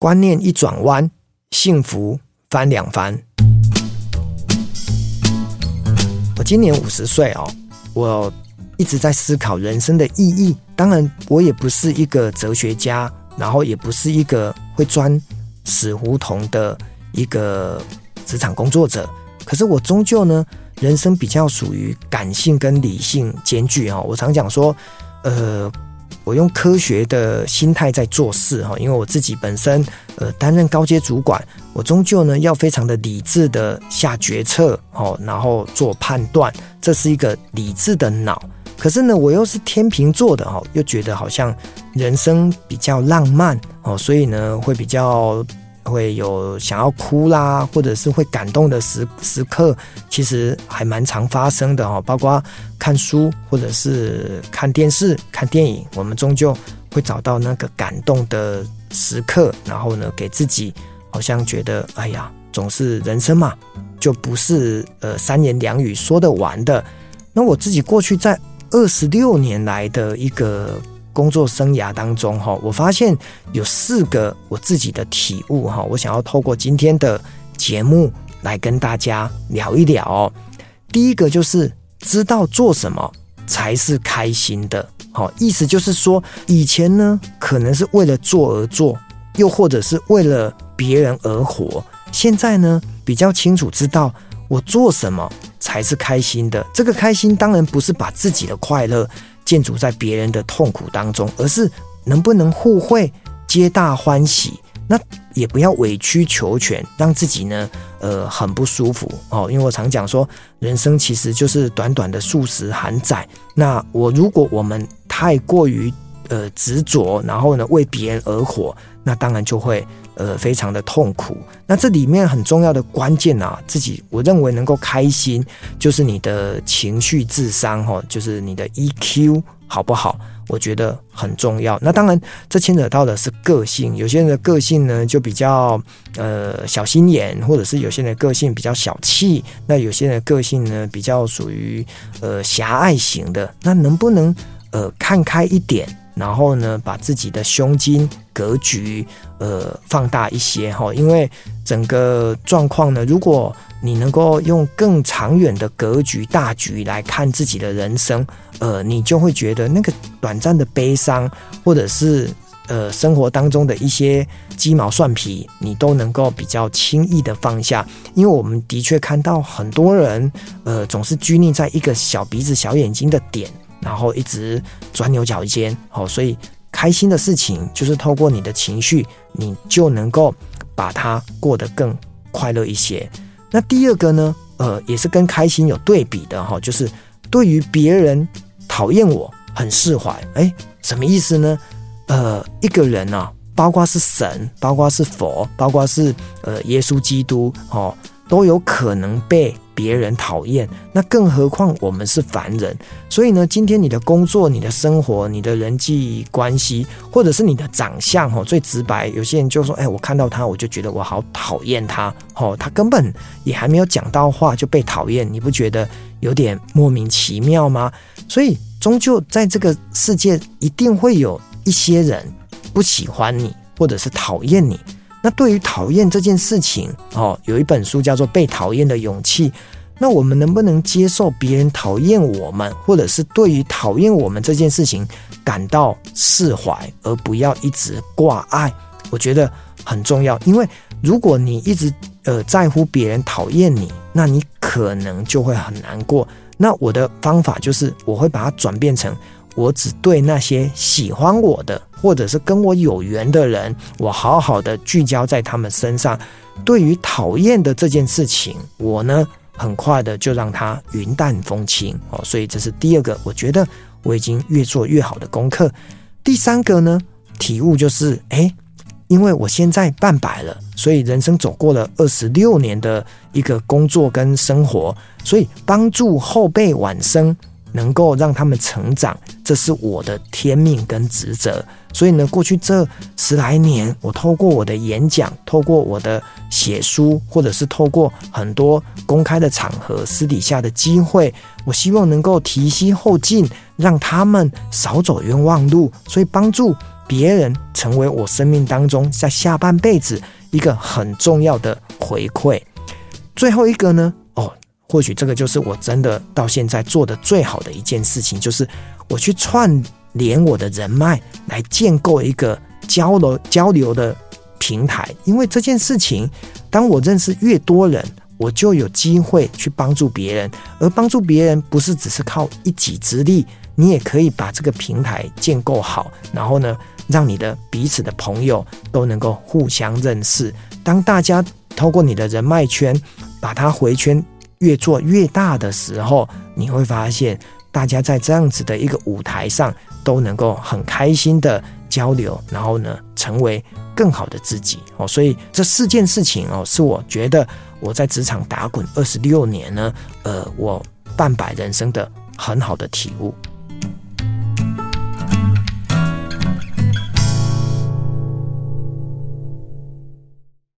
观念一转弯，幸福翻两番。我今年50岁哦，我一直在思考人生的意义。当然，我也不是一个哲学家，然后也不是一个会钻死胡同的一个职场工作者。可是我终究呢，人生比较属于感性跟理性兼具哦。我常讲说，我用科学的心态在做事，因为我自己本身担任高阶主管，我终究呢要非常的理智的下决策，然后做判断，这是一个理智的脑。可是呢，我又是天秤座的，又觉得好像人生比较浪漫，所以呢会有想要哭啦，或者是会感动的时刻，其实还蛮常发生的，包括看书或者是看电视看电影，我们终究会找到那个感动的时刻，然后呢给自己好像觉得哎呀，总是人生嘛，就不是3言2语说得完的。那我自己过去在26年来的一个工作生涯当中，我发现有4个我自己的体悟，我想要透过今天的节目来跟大家聊一聊。第一个就是知道做什么才是开心的，意思就是说，以前呢可能是为了做而做，又或者是为了别人而活，现在呢比较清楚知道我做什么才是开心的。这个开心当然不是把自己的快乐建筑在别人的痛苦当中，而是能不能互惠，皆大欢喜。那也不要委曲求全，让自己呢很不舒服因为我常讲说，人生其实就是短短的数十寒载。那如果我们太过于执着，然后呢为别人而活，那当然就会非常的痛苦。那这里面很重要的关键啊，我认为能够开心，就是你的情绪智商就是你的 EQ 好不好，我觉得很重要。那当然这牵扯到的是个性，有些人的个性呢就比较小心眼，或者是有些人的个性比较小气，那有些人的个性呢比较属于狭隘型的。那能不能看开一点，然后呢把自己的胸襟格局放大一些，因为整个状况呢，如果你能够用更长远的格局大局来看自己的人生，你就会觉得那个短暂的悲伤，或者是生活当中的一些鸡毛蒜皮，你都能够比较轻易的放下。因为我们的确看到很多人总是拘泥在一个小鼻子小眼睛的点，然后一直钻牛角尖，所以开心的事情就是透过你的情绪，你就能够把它过得更快乐一些。那第二个呢也是跟开心有对比的，就是对于别人讨厌我很释怀。什么意思呢？一个人啊，包括是神，包括是佛，包括是耶稣基督都有可能被别人讨厌，那更何况我们是凡人。所以呢，今天你的工作、你的生活、你的人际关系，或者是你的长相最直白，有些人就说我看到他我就觉得我好讨厌他他根本也还没有讲到话就被讨厌，你不觉得有点莫名其妙吗？所以终究在这个世界一定会有一些人不喜欢你，或者是讨厌你。那对于讨厌这件事情有一本书叫做《被讨厌的勇气》。那我们能不能接受别人讨厌我们，或者是对于讨厌我们这件事情感到释怀，而不要一直挂碍？我觉得很重要。因为如果你一直在乎别人讨厌你，那你可能就会很难过。那我的方法就是我会把它转变成，我只对那些喜欢我的，或者是跟我有缘的人，我好好的聚焦在他们身上。对于讨厌的这件事情，我呢很快的就让它云淡风轻所以这是第二个，我觉得我已经越做越好的功课。第三个呢，体悟就是因为我现在半百了，所以人生走过了26年的一个工作跟生活，所以帮助后辈晚生，能够让他们成长，这是我的天命跟职责。所以呢，过去这10来年，我透过我的演讲，透过我的写书，或者是透过很多公开的场合、私底下的机会，我希望能够提携后进，让他们少走冤枉路，所以帮助别人成为我生命当中在下半辈子一个很重要的回馈。最后一个呢，或许这个就是我真的到现在做的最好的一件事情，就是我去串联我的人脉，来建构一个交流的平台。因为这件事情，当我认识越多人，我就有机会去帮助别人，而帮助别人不是只是靠一己之力，你也可以把这个平台建构好，然后呢，让你的彼此的朋友都能够互相认识。当大家透过你的人脉圈把它回圈越做越大的时候，你会发现大家在这样子的一个舞台上都能够很开心的交流，然后呢，成为更好的自己。所以这4件事情是我觉得我在职场打滚26年呢，我半百人生的很好的体悟。